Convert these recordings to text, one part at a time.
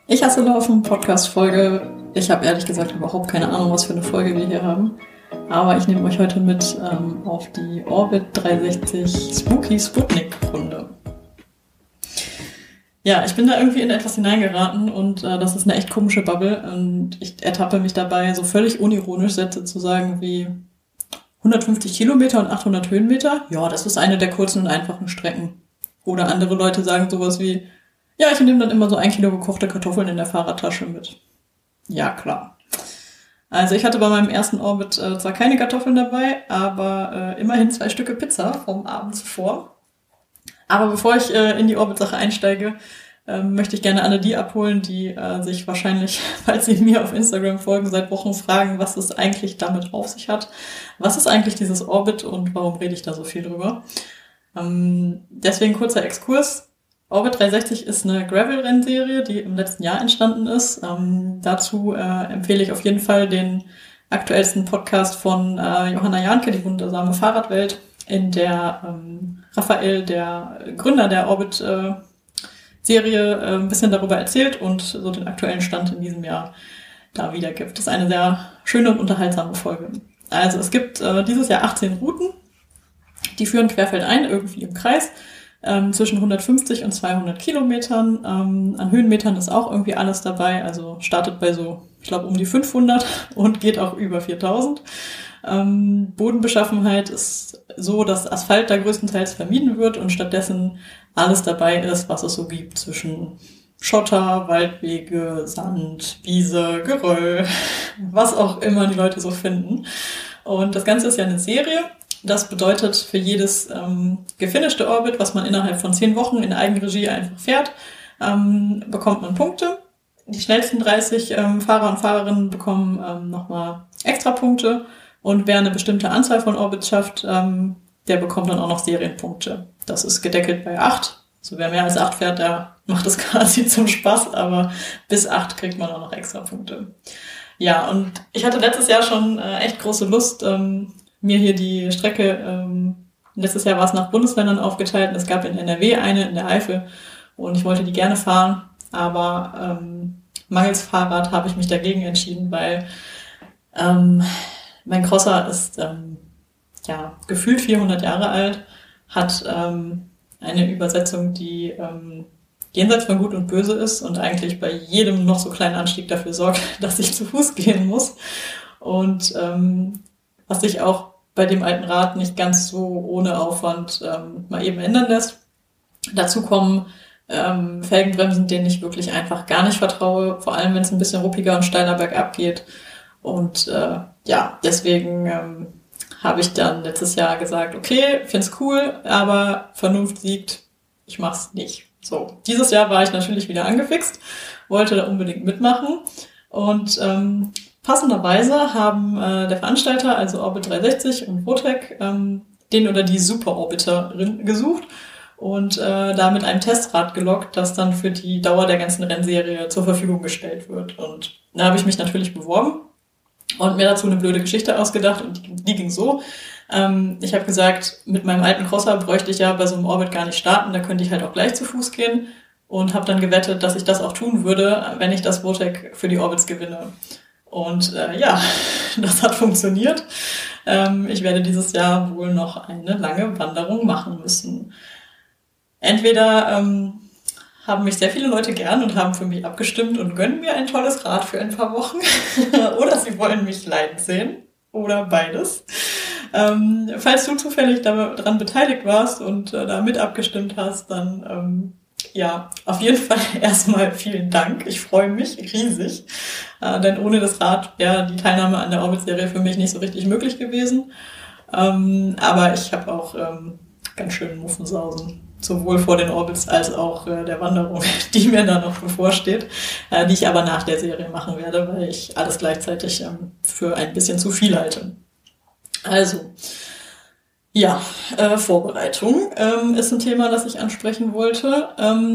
Ich hasse Laufen, Podcast-Folge. Ich habe ehrlich gesagt überhaupt keine Ahnung, was für eine Folge wir hier haben. Aber ich nehme euch heute mit auf die Orbit 360 Spooky Sputnik-Runde. Ja, ich bin da irgendwie in etwas hineingeraten und das ist eine echt komische Bubble. Und ich ertappe mich dabei, so völlig unironisch Sätze zu sagen wie 150 Kilometer und 800 Höhenmeter. Ja, das ist eine der kurzen und einfachen Strecken. Oder andere Leute sagen sowas wie, ja, ich nehme dann immer so 1 Kilo gekochte Kartoffeln in der Fahrradtasche mit. Ja, klar. Also ich hatte bei meinem ersten Orbit zwar keine Kartoffeln dabei, aber immerhin 2 Stücke Pizza vom Abend zuvor. Aber bevor ich in die Orbit-Sache einsteige, möchte ich gerne alle die abholen, die sich wahrscheinlich, falls sie mir auf Instagram folgen, seit Wochen fragen, was es eigentlich damit auf sich hat. Was ist eigentlich dieses Orbit und warum rede ich da so viel drüber? Deswegen kurzer Exkurs. Orbit 360 ist eine Gravel-Rennserie, die im letzten Jahr entstanden ist. Dazu empfehle ich auf jeden Fall den aktuellsten Podcast von Johanna Jahnke, die wundersame Fahrradwelt, in der Raphael, der Gründer der Orbit-Serie, ein bisschen darüber erzählt und so den aktuellen Stand in diesem Jahr da wiedergibt. Das ist eine sehr schöne und unterhaltsame Folge. Also es gibt dieses Jahr 18 Routen, die führen querfeldein, irgendwie im Kreis, zwischen 150 und 200 Kilometern. An Höhenmetern ist auch irgendwie alles dabei, also startet bei so, ich glaube, um die 500 und geht auch über 4000. Bodenbeschaffenheit ist so, dass Asphalt da größtenteils vermieden wird und stattdessen alles dabei ist, was es so gibt zwischen Schotter, Waldwege, Sand, Wiese, Geröll, was auch immer die Leute so finden. Und das Ganze ist ja eine Serie. Das bedeutet, für jedes gefinischte Orbit, was man innerhalb von 10 Wochen in Eigenregie einfach fährt, bekommt man Punkte. Die schnellsten 30 Fahrer und Fahrerinnen bekommen nochmal extra Punkte. Und wer eine bestimmte Anzahl von Orbits schafft, der bekommt dann auch noch Serienpunkte. Das ist gedeckelt bei 8. Also wer mehr als 8 fährt, der macht es quasi zum Spaß, aber bis 8 kriegt man auch noch extra Punkte. Ja, und ich hatte letztes Jahr schon echt große Lust, mir hier die Strecke, letztes Jahr war es nach Bundesländern aufgeteilt und es gab in NRW eine, in der Eifel, und ich wollte die gerne fahren, aber mangels Fahrrad habe ich mich dagegen entschieden, weil mein Crosser ist gefühlt 400 Jahre alt, hat eine Übersetzung, die jenseits von Gut und Böse ist und eigentlich bei jedem noch so kleinen Anstieg dafür sorgt, dass ich zu Fuß gehen muss. Und was sich auch bei dem alten Rad nicht ganz so ohne Aufwand mal eben ändern lässt. Dazu kommen Felgenbremsen, denen ich wirklich einfach gar nicht vertraue, vor allem wenn es ein bisschen ruppiger und steiler bergab geht. Und deswegen habe ich dann letztes Jahr gesagt, okay, find's cool, aber Vernunft siegt, ich mach's nicht. So, dieses Jahr war ich natürlich wieder angefixt, wollte da unbedingt mitmachen und passenderweise haben der Veranstalter, also Orbit 360 und Votec, den oder die Super-Orbiterin gesucht und da mit einem Testrad gelockt, das dann für die Dauer der ganzen Rennserie zur Verfügung gestellt wird. Und da habe ich mich natürlich beworben und mir dazu eine blöde Geschichte ausgedacht und die ging so. Ich habe gesagt, mit meinem alten Crosser bräuchte ich ja bei so einem Orbit gar nicht starten, da könnte ich halt auch gleich zu Fuß gehen und habe dann gewettet, dass ich das auch tun würde, wenn ich das Votec für die Orbits gewinne. Und das hat funktioniert. Ich werde dieses Jahr wohl noch eine lange Wanderung machen müssen. Entweder haben mich sehr viele Leute gern und haben für mich abgestimmt und gönnen mir ein tolles Rad für ein paar Wochen. Oder sie wollen mich leiden sehen. Oder beides. Falls du zufällig daran beteiligt warst und da mit abgestimmt hast, dann auf jeden Fall erstmal vielen Dank. Ich freue mich riesig, denn ohne das Rad wäre die Teilnahme an der Orbit-Serie für mich nicht so richtig möglich gewesen. Aber ich habe auch ganz schön Muffensausen, sowohl vor den Orbits als auch der Wanderung, die mir da noch bevorsteht, die ich aber nach der Serie machen werde, weil ich alles gleichzeitig für ein bisschen zu viel halte. Also, ja, Vorbereitung ist ein Thema, das ich ansprechen wollte,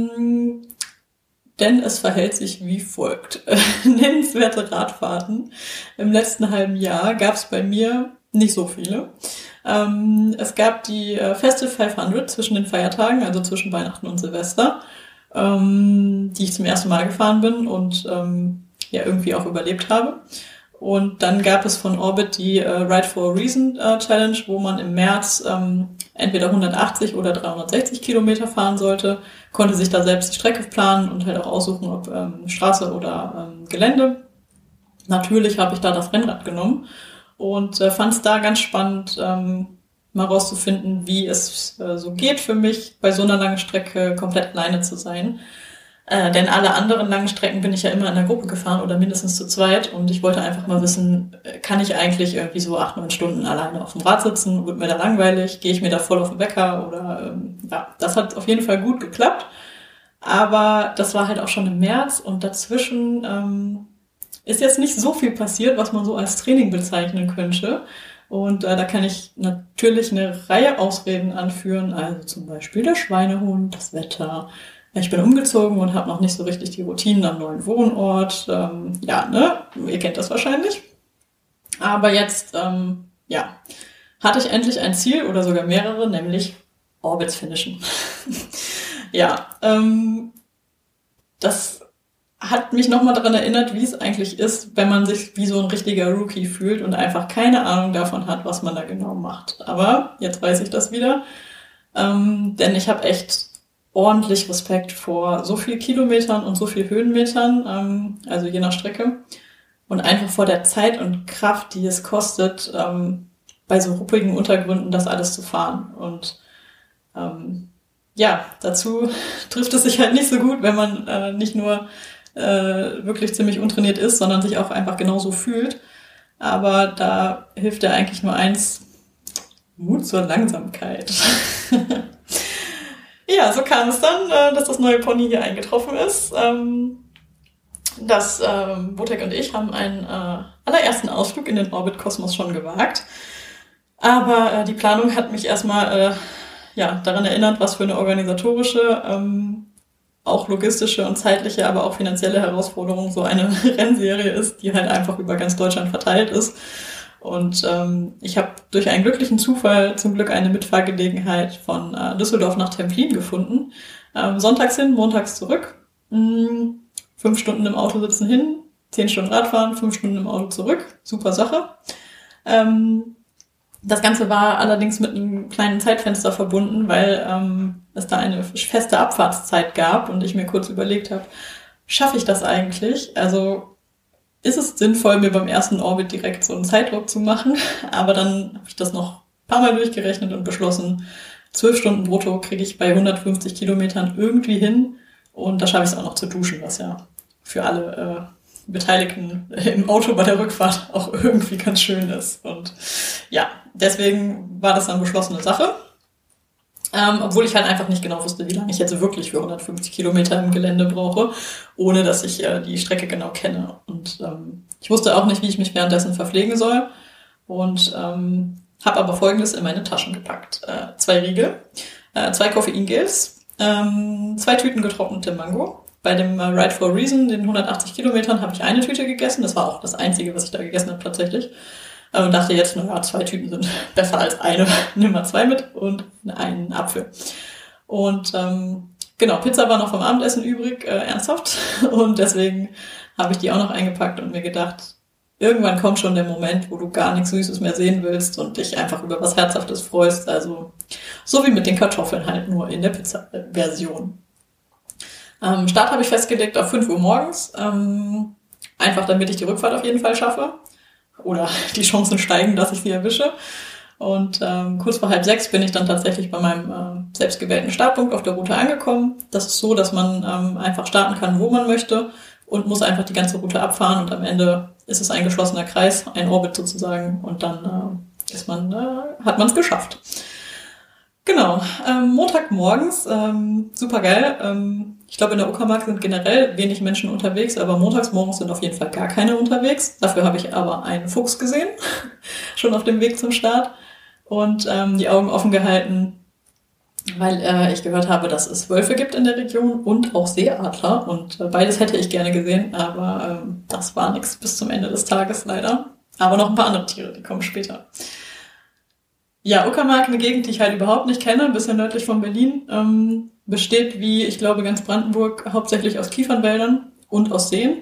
denn es verhält sich wie folgt. Nennenswerte Radfahrten im letzten halben Jahr gab es bei mir nicht so viele. Es gab die Festive 500 zwischen den Feiertagen, also zwischen Weihnachten und Silvester. die ich zum ersten Mal gefahren bin und ja irgendwie auch überlebt habe. Und dann gab es von Orbit die Ride for a Reason Challenge, wo man im März entweder 180 oder 360 Kilometer fahren sollte, konnte sich da selbst die Strecke planen und halt auch aussuchen, ob Straße oder Gelände. Natürlich habe ich da das Rennrad genommen und fand es da ganz spannend, mal rauszufinden, wie es so geht für mich, bei so einer langen Strecke komplett alleine zu sein. Denn alle anderen langen Strecken bin ich ja immer in der Gruppe gefahren oder mindestens zu zweit und ich wollte einfach mal wissen, kann ich eigentlich irgendwie so 8-9 Stunden alleine auf dem Rad sitzen? Wird mir da langweilig? Gehe ich mir da voll auf den Wecker? Oder ja, das hat auf jeden Fall gut geklappt. Aber das war halt auch schon im März und dazwischen ist jetzt nicht so viel passiert, was man so als Training bezeichnen könnte. Und da kann ich natürlich eine Reihe Ausreden anführen, also zum Beispiel der Schweinehund, das Wetter. Ich bin umgezogen und habe noch nicht so richtig die Routinen am neuen Wohnort. Ja, ne, ihr kennt das wahrscheinlich. Aber jetzt, ja, hatte ich endlich ein Ziel oder sogar mehrere, nämlich Orbits finishen. Ja, das hat mich nochmal daran erinnert, wie es eigentlich ist, wenn man sich wie so ein richtiger Rookie fühlt und einfach keine Ahnung davon hat, was man da genau macht. Aber jetzt weiß ich das wieder, denn ich habe echt ordentlich Respekt vor so viel Kilometern und so viel Höhenmetern, also je nach Strecke. Und einfach vor der Zeit und Kraft, die es kostet, bei so ruppigen Untergründen das alles zu fahren. Und ja, dazu trifft es sich halt nicht so gut, wenn man nicht nur wirklich ziemlich untrainiert ist, sondern sich auch einfach genauso fühlt. Aber da hilft ja eigentlich nur eins: Mut zur Langsamkeit. Ja, so kam es dann, dass das neue Pony hier eingetroffen ist. Botek und ich haben einen allerersten Ausflug in den Orbit-Kosmos schon gewagt. Aber die Planung hat mich erstmal ja, daran erinnert, was für eine organisatorische, auch logistische und zeitliche, aber auch finanzielle Herausforderung so eine Rennserie ist, die halt einfach über ganz Deutschland verteilt ist. Und ich habe durch einen glücklichen Zufall zum Glück eine Mitfahrgelegenheit von Düsseldorf nach Templin gefunden. Sonntags hin, montags zurück. 5 Stunden im Auto sitzen hin, 10 Stunden Radfahren, 5 Stunden im Auto zurück. Super Sache. Das Ganze war allerdings mit einem kleinen Zeitfenster verbunden, weil es da eine feste Abfahrtszeit gab und ich mir kurz überlegt habe, schaffe ich das eigentlich? Also ist es sinnvoll, mir beim ersten Orbit direkt so einen Zeitdruck zu machen? Aber dann habe ich das noch ein paar Mal durchgerechnet und beschlossen, 12 Stunden brutto kriege ich bei 150 Kilometern irgendwie hin. Und da schaffe ich es auch noch zu duschen, was ja für alle Beteiligten im Auto bei der Rückfahrt auch irgendwie ganz schön ist. Und ja, deswegen war das dann beschlossene Sache. Obwohl ich halt einfach nicht genau wusste, wie lange ich jetzt wirklich für 150 Kilometer im Gelände brauche, ohne dass ich die Strecke genau kenne. Und ich wusste auch nicht, wie ich mich währenddessen verpflegen soll. Und habe aber Folgendes in meine Taschen gepackt. 2 Riegel, 2 Koffeingels, 2 Tüten getrocknete Mango. Bei dem Ride for a Reason, den 180 Kilometern, habe ich eine Tüte gegessen. Das war auch das Einzige, was ich da gegessen habe tatsächlich. Und dachte jetzt, naja, 2 Tüten sind besser als eine. Nimm mal 2 mit und einen Apfel. Und genau, Pizza war noch vom Abendessen übrig, ernsthaft. Und deswegen habe ich die auch noch eingepackt und mir gedacht, irgendwann kommt schon der Moment, wo du gar nichts Süßes mehr sehen willst und dich einfach über was Herzhaftes freust. Also so wie mit den Kartoffeln halt, nur in der Pizza-Version. Start habe ich festgelegt auf 5 Uhr morgens. Einfach damit ich die Rückfahrt auf jeden Fall schaffe. Oder die Chancen steigen, dass ich sie erwische. Und kurz vor 5:30 bin ich dann tatsächlich bei meinem selbstgewählten Startpunkt auf der Route angekommen. Das ist so, dass man einfach starten kann, wo man möchte und muss einfach die ganze Route abfahren und am Ende ist es ein geschlossener Kreis, ein Orbit sozusagen und dann hat man es geschafft. Genau, Montagmorgens, super geil. Ich glaube, in der Uckermark sind generell wenig Menschen unterwegs, aber montags morgens sind auf jeden Fall gar keine unterwegs. Dafür habe ich aber einen Fuchs gesehen, schon auf dem Weg zum Start und die Augen offen gehalten, weil ich gehört habe, dass es Wölfe gibt in der Region und auch Seeadler und beides hätte ich gerne gesehen, aber das war nichts bis zum Ende des Tages leider. Aber noch ein paar andere Tiere, die kommen später. Ja, Uckermark, eine Gegend, die ich halt überhaupt nicht kenne, ein bisschen nördlich von Berlin. besteht, wie ich glaube, ganz Brandenburg hauptsächlich aus Kiefernwäldern und aus Seen.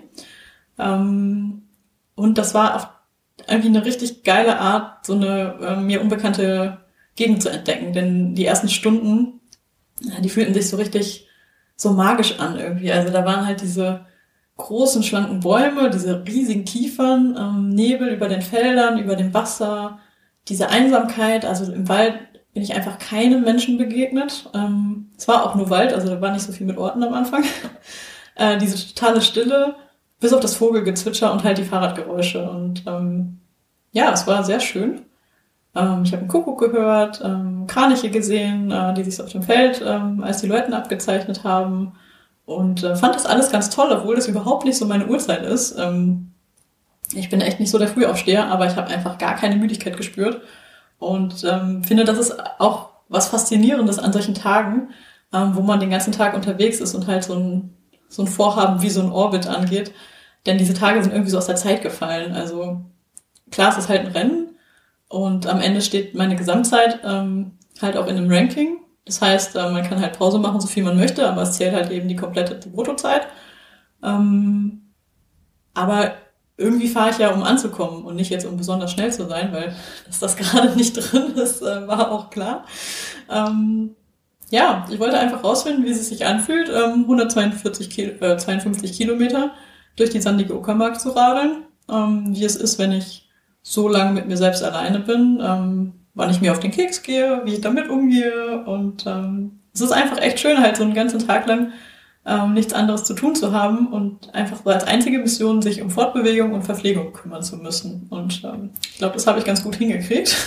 Und das war auf irgendwie eine richtig geile Art, so eine mir unbekannte Gegend zu entdecken. Denn die ersten Stunden, die fühlten sich so richtig so magisch an irgendwie. Also da waren halt diese großen, schlanken Bäume, diese riesigen Kiefern, Nebel über den Feldern, über dem Wasser, diese Einsamkeit. Also im Wald bin ich einfach keinem Menschen begegnet. Es war auch nur Wald, also da war nicht so viel mit Orten am Anfang. Diese totale Stille, bis auf das Vogelgezwitscher und halt die Fahrradgeräusche. Und ja, es war sehr schön. Ich habe einen Kuckuck gehört, Kraniche gesehen, die sich so auf dem Feld als Silhouetten abgezeichnet haben. Und fand das alles ganz toll, obwohl das überhaupt nicht so meine Uhrzeit ist. Ich bin echt nicht so der Frühaufsteher, aber ich habe einfach gar keine Müdigkeit gespürt. Und finde, das ist auch was Faszinierendes an solchen Tagen, wo man den ganzen Tag unterwegs ist und halt so ein Vorhaben wie so ein Orbit angeht. Denn diese Tage sind irgendwie so aus der Zeit gefallen. Also klar, es ist halt ein Rennen und am Ende steht meine Gesamtzeit halt auch in einem Ranking. Das heißt, man kann halt Pause machen, so viel man möchte, aber es zählt halt eben die komplette Bruttozeit. Aber irgendwie fahre ich ja, um anzukommen und nicht jetzt, um besonders schnell zu sein, weil dass das gerade nicht drin ist, war auch klar. Ja, ich wollte einfach rausfinden, wie es sich anfühlt, 52 Kilometer durch die sandige Uckermark zu radeln, wie es ist, wenn ich so lange mit mir selbst alleine bin, wann ich mir auf den Keks gehe, wie ich damit umgehe und es ist einfach echt schön, halt so einen ganzen Tag lang nichts anderes zu tun zu haben und einfach so als einzige Mission sich um Fortbewegung und Verpflegung kümmern zu müssen. Und ich glaube, das habe ich ganz gut hingekriegt.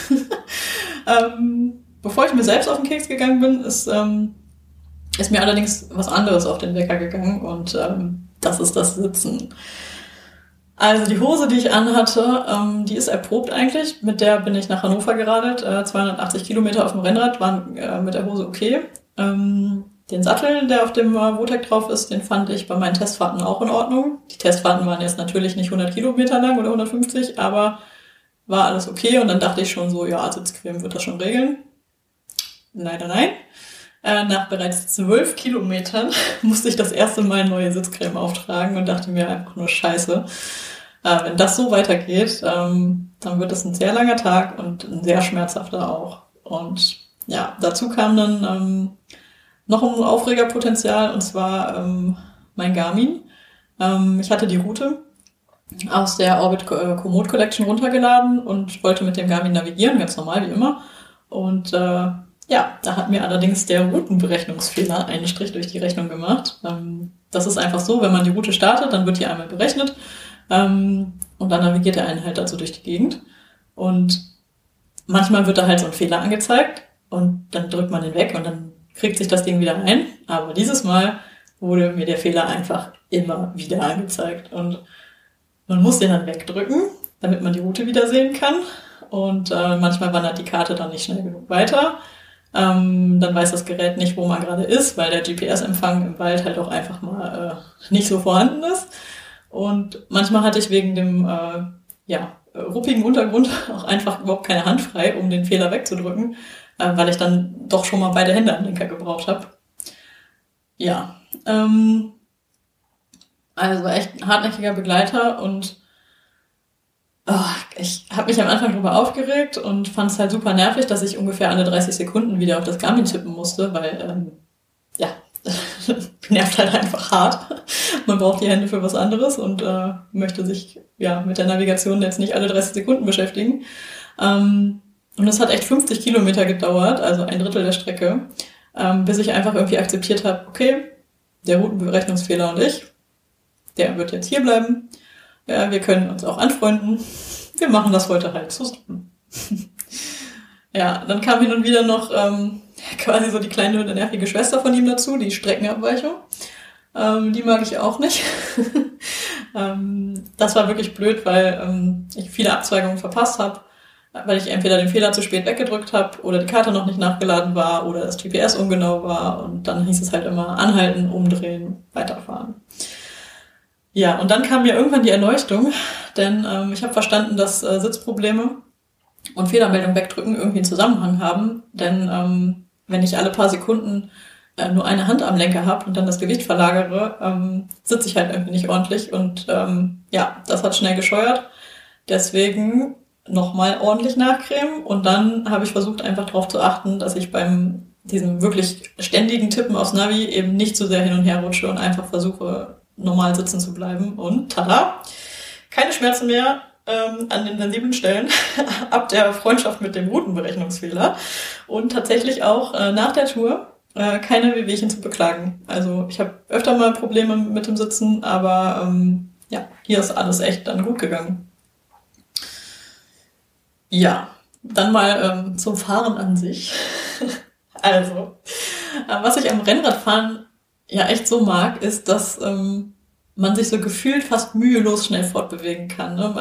Bevor ich mir selbst auf den Keks gegangen bin, ist mir allerdings was anderes auf den Wecker gegangen und das ist das Sitzen. Also die Hose, die ich anhatte, die ist erprobt eigentlich. Mit der bin ich nach Hannover geradelt. 280 Kilometer auf dem Rennrad waren mit der Hose okay. Den Sattel, der auf dem Votec drauf ist, den fand ich bei meinen Testfahrten auch in Ordnung. Die Testfahrten waren jetzt natürlich nicht 100 Kilometer lang oder 150, aber war alles okay. Und dann dachte ich schon so, ja, Sitzcreme wird das schon regeln. Leider nein. Nach bereits 12 Kilometern musste ich das erste Mal neue Sitzcreme auftragen und dachte mir einfach nur Scheiße. Wenn das so weitergeht, dann wird es ein sehr langer Tag und ein sehr schmerzhafter auch. Und ja, dazu kam dann noch ein Aufregerpotenzial und zwar mein Garmin. Ich hatte die Route aus der Orbit Komoot Collection runtergeladen und wollte mit dem Garmin navigieren, ganz normal wie immer. Und ja, da hat mir allerdings der Routenberechnungsfehler einen Strich durch die Rechnung gemacht. Das ist einfach so, wenn man die Route startet, dann wird die einmal berechnet und dann navigiert er einen halt dazu durch die Gegend. Und manchmal wird da halt so ein Fehler angezeigt und dann drückt man den weg und dann kriegt sich das Ding wieder ein. Aber dieses Mal wurde mir der Fehler einfach immer wieder angezeigt. Und man muss den dann wegdrücken, damit man die Route wieder sehen kann. Und manchmal wandert die Karte dann nicht schnell genug weiter. Dann weiß das Gerät nicht, wo man gerade ist, weil der GPS-Empfang im Wald halt auch einfach mal nicht so vorhanden ist. Und manchmal hatte ich wegen dem ruppigen Untergrund auch einfach überhaupt keine Hand frei, um den Fehler wegzudrücken, weil ich dann doch schon mal beide Hände am Lenker gebraucht habe. Ja, also echt ein hartnäckiger Begleiter und ich habe mich am Anfang darüber aufgeregt und fand es halt super nervig, dass ich ungefähr alle 30 Sekunden wieder auf das Garmin tippen musste, weil, nervt halt einfach hart. Man braucht die Hände für was anderes und möchte sich mit der Navigation jetzt nicht alle 30 Sekunden beschäftigen. Und es hat echt 50 Kilometer gedauert, also ein Drittel der Strecke, bis ich einfach irgendwie akzeptiert habe, okay, der Routenberechnungsfehler und ich, der wird jetzt hier bleiben. Ja, wir können uns auch anfreunden. Wir machen das heute halt zusammen. Ja, dann kam hin und wieder noch quasi so die kleine nervige Schwester von ihm dazu, die Streckenabweichung. Die mag ich auch nicht. Das war wirklich blöd, weil ich viele Abzweigungen verpasst habe, weil ich entweder den Fehler zu spät weggedrückt habe oder die Karte noch nicht nachgeladen war oder das GPS ungenau war und dann hieß es halt immer anhalten, umdrehen, weiterfahren. Ja, und dann kam mir irgendwann die Erleuchtung, denn ich habe verstanden, dass Sitzprobleme und Fehlermeldung wegdrücken irgendwie einen Zusammenhang haben, denn wenn ich alle paar Sekunden nur eine Hand am Lenker habe und dann das Gewicht verlagere, sitze ich halt irgendwie nicht ordentlich. Und das hat schnell gescheuert. Deswegen nochmal ordentlich nachcremen. Und dann habe ich versucht, einfach darauf zu achten, dass ich beim diesem wirklich ständigen Tippen aufs Navi eben nicht zu sehr hin und her rutsche und einfach versuche, normal sitzen zu bleiben. Und tada, keine Schmerzen mehr an den sensiblen Stellen ab der Freundschaft mit dem Routenberechnungsfehler. Und tatsächlich auch nach der Tour keine Wehwehchen zu beklagen. Also ich habe öfter mal Probleme mit dem Sitzen, aber hier ist alles echt dann gut gegangen. Ja, dann mal zum Fahren an sich. Also, was ich am Rennradfahren ja echt so mag, ist, dass man sich so gefühlt fast mühelos schnell fortbewegen kann. Ne?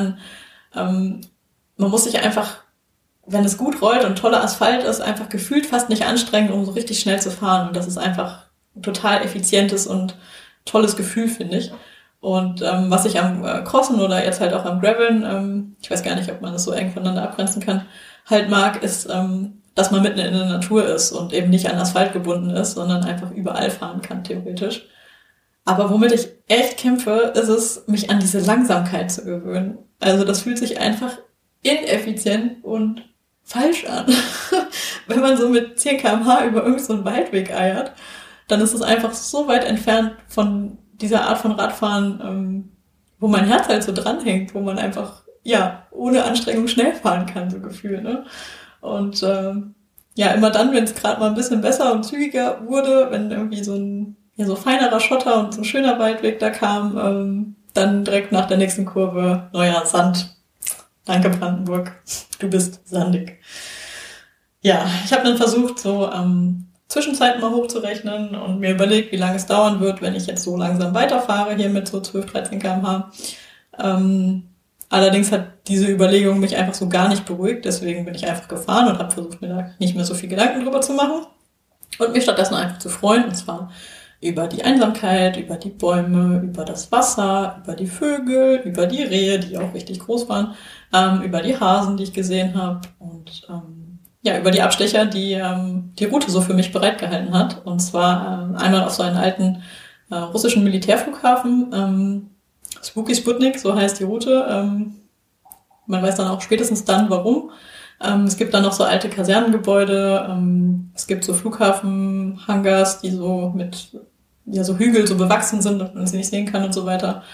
Man muss sich einfach, wenn es gut rollt und toller Asphalt ist, einfach gefühlt fast nicht anstrengen, um so richtig schnell zu fahren. Und das ist einfach ein total effizientes und tolles Gefühl, finde ich. Und was ich am Crossen oder jetzt halt auch am Graveln, ich weiß gar nicht, ob man das so eng voneinander abgrenzen kann, halt mag, ist, dass man mitten in der Natur ist und eben nicht an Asphalt gebunden ist, sondern einfach überall fahren kann, theoretisch. Aber womit ich echt kämpfe, ist es, mich an diese Langsamkeit zu gewöhnen. Also das fühlt sich einfach ineffizient und falsch an. Wenn man so mit 10 km/h über irgendeinen so Waldweg eiert, dann ist es einfach so weit entfernt von dieser Art von Radfahren, wo mein Herz halt so dranhängt, wo man einfach, ohne Anstrengung schnell fahren kann, so gefühlt, ne? Und immer dann, wenn es gerade mal ein bisschen besser und zügiger wurde, wenn irgendwie so feinerer Schotter und so ein schöner Waldweg da kam, dann direkt nach der nächsten Kurve, neuer Sand. Danke Brandenburg, du bist sandig. Ja, ich habe dann versucht, so Zwischenzeiten mal hochzurechnen und mir überlegt, wie lange es dauern wird, wenn ich jetzt so langsam weiterfahre, hier mit so 12, 13 km/h. Allerdings hat diese Überlegung mich einfach so gar nicht beruhigt, deswegen bin ich einfach gefahren und habe versucht, mir da nicht mehr so viel Gedanken drüber zu machen und mich stattdessen einfach zu freuen, und zwar über die Einsamkeit, über die Bäume, über das Wasser, über die Vögel, über die Rehe, die auch richtig groß waren, über die Hasen, die ich gesehen habe und über die Abstecher, die die Route so für mich bereitgehalten hat. Und zwar einmal auf so einen alten russischen Militärflughafen, Spooky Sputnik, so heißt die Route. Man weiß dann auch spätestens dann, warum. Es gibt dann noch so alte Kasernengebäude, es gibt so Flughafenhangars, die so mit so Hügel so bewachsen sind, dass man sie nicht sehen kann und so weiter.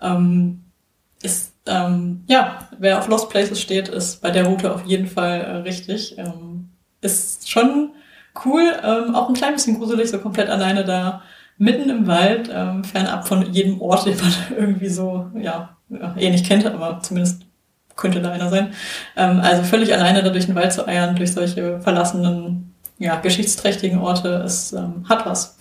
Wer auf Lost Places steht, ist bei der Route auf jeden Fall richtig. Ist schon cool, auch ein klein bisschen gruselig, so komplett alleine da mitten im Wald, fernab von jedem Ort, den man irgendwie so, nicht kennt, aber zumindest könnte da einer sein. Also völlig alleine da durch den Wald zu eiern, durch solche verlassenen, geschichtsträchtigen Orte, es hat was.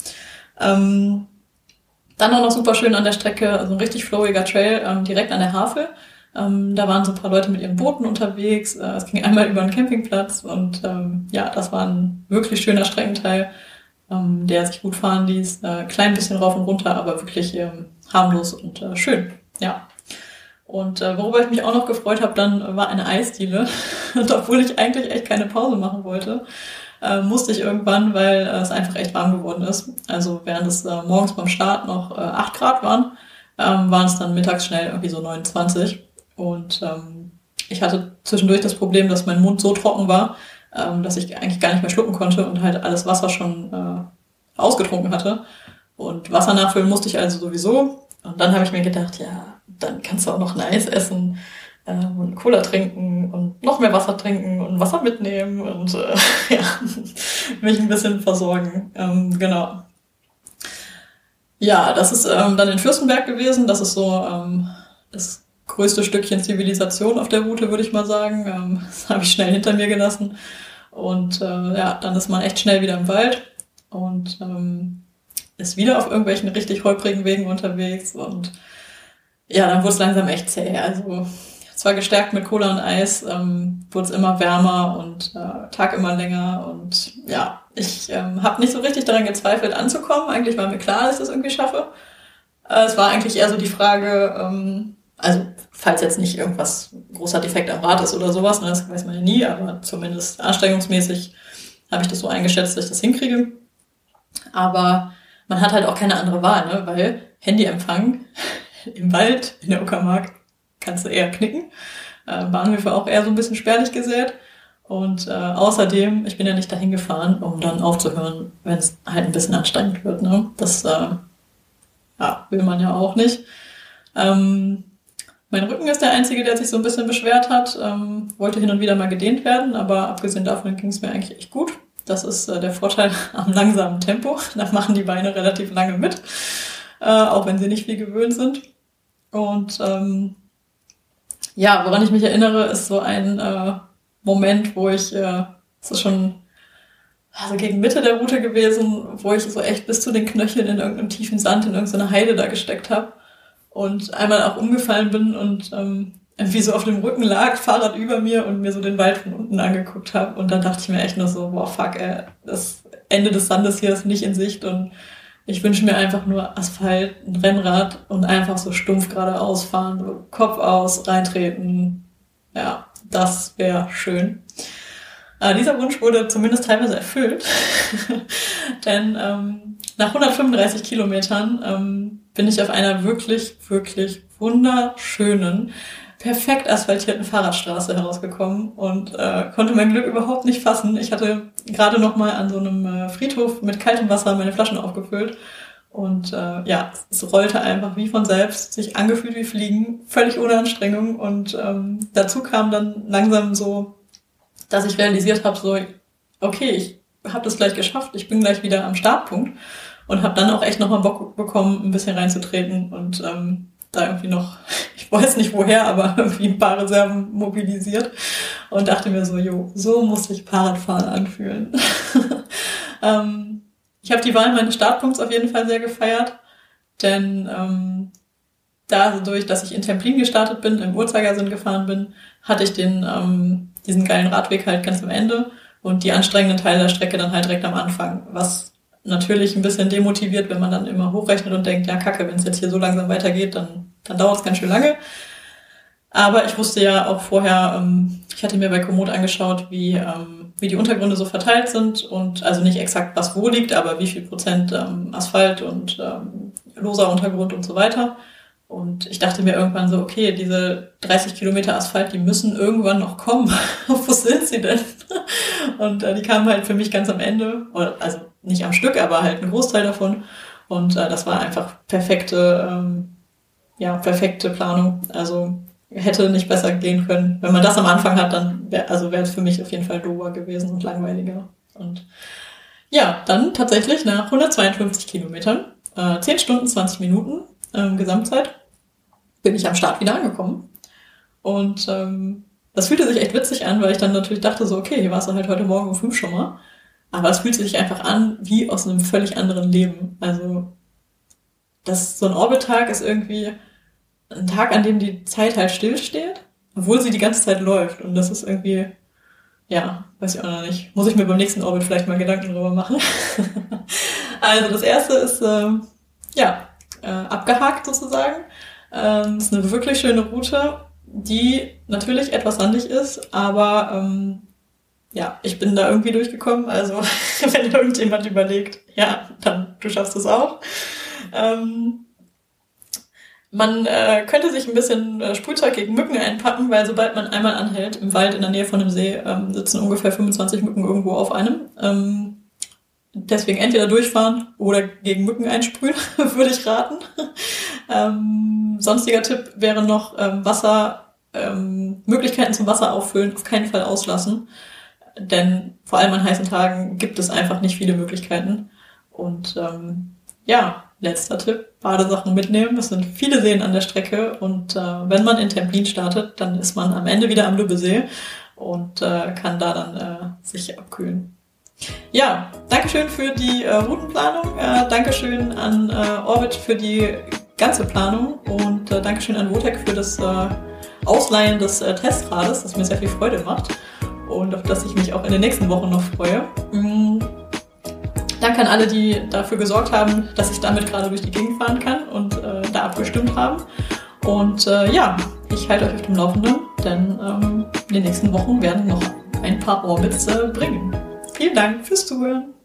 Dann auch noch super schön an der Strecke, also ein richtig flowiger Trail, direkt an der Havel. Da waren so ein paar Leute mit ihren Booten unterwegs. Es ging einmal über einen Campingplatz und das war ein wirklich schöner Streckenteil, der sich gut fahren ließ. Klein bisschen rauf und runter, aber wirklich harmlos und schön. Ja. Und worüber ich mich auch noch gefreut habe, dann war eine Eisdiele. Und obwohl ich eigentlich echt keine Pause machen wollte, musste ich irgendwann, weil es einfach echt warm geworden ist. Also während es morgens beim Start noch 8 Grad waren es dann mittags schnell irgendwie so 29. Und ich hatte zwischendurch das Problem, dass mein Mund so trocken war, dass ich eigentlich gar nicht mehr schlucken konnte und halt alles Wasser schon ausgetrunken hatte. Und Wasser nachfüllen musste ich also sowieso. Und dann habe ich mir gedacht, dann kannst du auch noch ein Eis essen und Cola trinken und noch mehr Wasser trinken und Wasser mitnehmen und mich ein bisschen versorgen. Genau. Ja, das ist dann in Fürstenberg gewesen. Das ist so das größte Stückchen Zivilisation auf der Route, würde ich mal sagen. Das habe ich schnell hinter mir gelassen. Und dann ist man echt schnell wieder im Wald und ist wieder auf irgendwelchen richtig holprigen Wegen unterwegs. Und dann wurde es langsam echt zäh. Also zwar gestärkt mit Cola und Eis, wurde es immer wärmer und Tag immer länger. Und ich habe nicht so richtig daran gezweifelt, anzukommen. Eigentlich war mir klar, dass ich das irgendwie schaffe. Es war eigentlich eher so die Frage, also falls jetzt nicht irgendwas großer Defekt am Rad ist oder sowas, ne, das weiß man ja nie, aber zumindest anstrengungsmäßig habe ich das so eingeschätzt, dass ich das hinkriege. Aber man hat halt auch keine andere Wahl, ne? Weil Handyempfang im Wald, in der Uckermark, kannst du eher knicken. Bahnhöfe auch eher so ein bisschen spärlich gesät. Und außerdem, ich bin ja nicht dahin gefahren, um dann aufzuhören, wenn es halt ein bisschen anstrengend wird. Ne? Das will man ja auch nicht. Mein Rücken ist der einzige, der sich so ein bisschen beschwert hat. Wollte hin und wieder mal gedehnt werden, aber abgesehen davon ging es mir eigentlich echt gut. Das ist der Vorteil am langsamen Tempo. Da machen die Beine relativ lange mit, auch wenn sie nicht viel gewöhnt sind. Und woran ich mich erinnere, ist so ein Moment, wo ich, es ist schon gegen Mitte der Route gewesen, wo ich so echt bis zu den Knöcheln in irgendeinem tiefen Sand in irgendeiner Heide da gesteckt habe und einmal auch umgefallen bin und irgendwie so auf dem Rücken lag, Fahrrad über mir und mir so den Wald von unten angeguckt habe. Und dann dachte ich mir echt nur so, boah, fuck, das Ende des Sandes hier ist nicht in Sicht und ich wünsche mir einfach nur Asphalt, ein Rennrad und einfach so stumpf geradeaus fahren, so Kopf aus, reintreten. Ja, das wäre schön. Dieser Wunsch wurde zumindest teilweise erfüllt, denn nach 135 Kilometern bin ich auf einer wirklich, wirklich wunderschönen, perfekt asphaltierten Fahrradstraße herausgekommen und konnte mein Glück überhaupt nicht fassen. Ich hatte gerade noch mal an so einem Friedhof mit kaltem Wasser meine Flaschen aufgefüllt und es rollte einfach wie von selbst, sich angefühlt wie Fliegen, völlig ohne Anstrengung und dazu kam dann langsam so, dass ich realisiert habe, so, okay, ich habe das gleich geschafft, ich bin gleich wieder am Startpunkt und habe dann auch echt nochmal Bock bekommen, ein bisschen reinzutreten und da irgendwie noch, ich weiß nicht woher, aber irgendwie ein paar Reserven mobilisiert und dachte mir so, so muss sich Fahrradfahren anfühlen. Ich habe die Wahl meines Startpunkts auf jeden Fall sehr gefeiert, denn dadurch, dass ich in Templin gestartet bin, im Uhrzeigersinn gefahren bin, hatte ich diesen geilen Radweg halt ganz am Ende und die anstrengenden Teile der Strecke dann halt direkt am Anfang, was natürlich ein bisschen demotiviert, wenn man dann immer hochrechnet und denkt, ja kacke, wenn es jetzt hier so langsam weitergeht, dann dauert es ganz schön lange. Aber ich wusste ja auch vorher, ich hatte mir bei Komoot angeschaut, wie die Untergründe so verteilt sind und also nicht exakt was wo liegt, aber wie viel Prozent Asphalt und loser Untergrund und so weiter. Und ich dachte mir irgendwann so, okay, diese 30 Kilometer Asphalt, die müssen irgendwann noch kommen. Wo sind sie denn? Und die kamen halt für mich ganz am Ende, also nicht am Stück, aber halt ein Großteil davon. Und das war einfach perfekte Planung. Also hätte nicht besser gehen können. Wenn man das am Anfang hat, dann wäre es für mich auf jeden Fall dober gewesen und langweiliger. Und ja, dann tatsächlich nach 152 Kilometern, 10 Stunden, 20 Minuten, Gesamtzeit, bin ich am Start wieder angekommen. Und das fühlte sich echt witzig an, weil ich dann natürlich dachte so, okay, hier warst du halt heute Morgen um 5 schon mal. Aber es fühlte sich einfach an wie aus einem völlig anderen Leben. Also so ein Orbit-Tag ist irgendwie ein Tag, an dem die Zeit halt stillsteht, obwohl sie die ganze Zeit läuft. Und das ist irgendwie, ja, weiß ich auch noch nicht. Muss ich mir beim nächsten Orbit vielleicht mal Gedanken drüber machen. Also das erste ist, abgehakt sozusagen. Ist eine wirklich schöne Route, die natürlich etwas sandig ist, aber ich bin da irgendwie durchgekommen. Also wenn irgendjemand überlegt, ja, dann du schaffst es auch. Man könnte sich ein bisschen Sprühzeug gegen Mücken einpacken, weil sobald man einmal anhält, im Wald in der Nähe von einem See, sitzen ungefähr 25 Mücken irgendwo auf einem. Deswegen entweder durchfahren oder gegen Mücken einsprühen, würde ich raten. Sonstiger Tipp wäre noch Möglichkeiten zum Wasser auffüllen, auf keinen Fall auslassen. Denn vor allem an heißen Tagen gibt es einfach nicht viele Möglichkeiten. Und letzter Tipp, Badesachen mitnehmen. Es sind viele Seen an der Strecke und wenn man in Templin startet, dann ist man am Ende wieder am Lübbesee und kann da dann sich abkühlen. Ja, Dankeschön für die Routenplanung, Dankeschön an Orbit für die ganze Planung und Dankeschön an Wotec für das Ausleihen des Testrades, das mir sehr viel Freude macht und auf das ich mich auch in den nächsten Wochen noch freue. Danke an alle, die dafür gesorgt haben, dass ich damit gerade durch die Gegend fahren kann und da abgestimmt haben. Und ich halte euch auf dem Laufenden, denn in den nächsten Wochen werden noch ein paar Orbits bringen. Vielen Dank fürs Zuhören.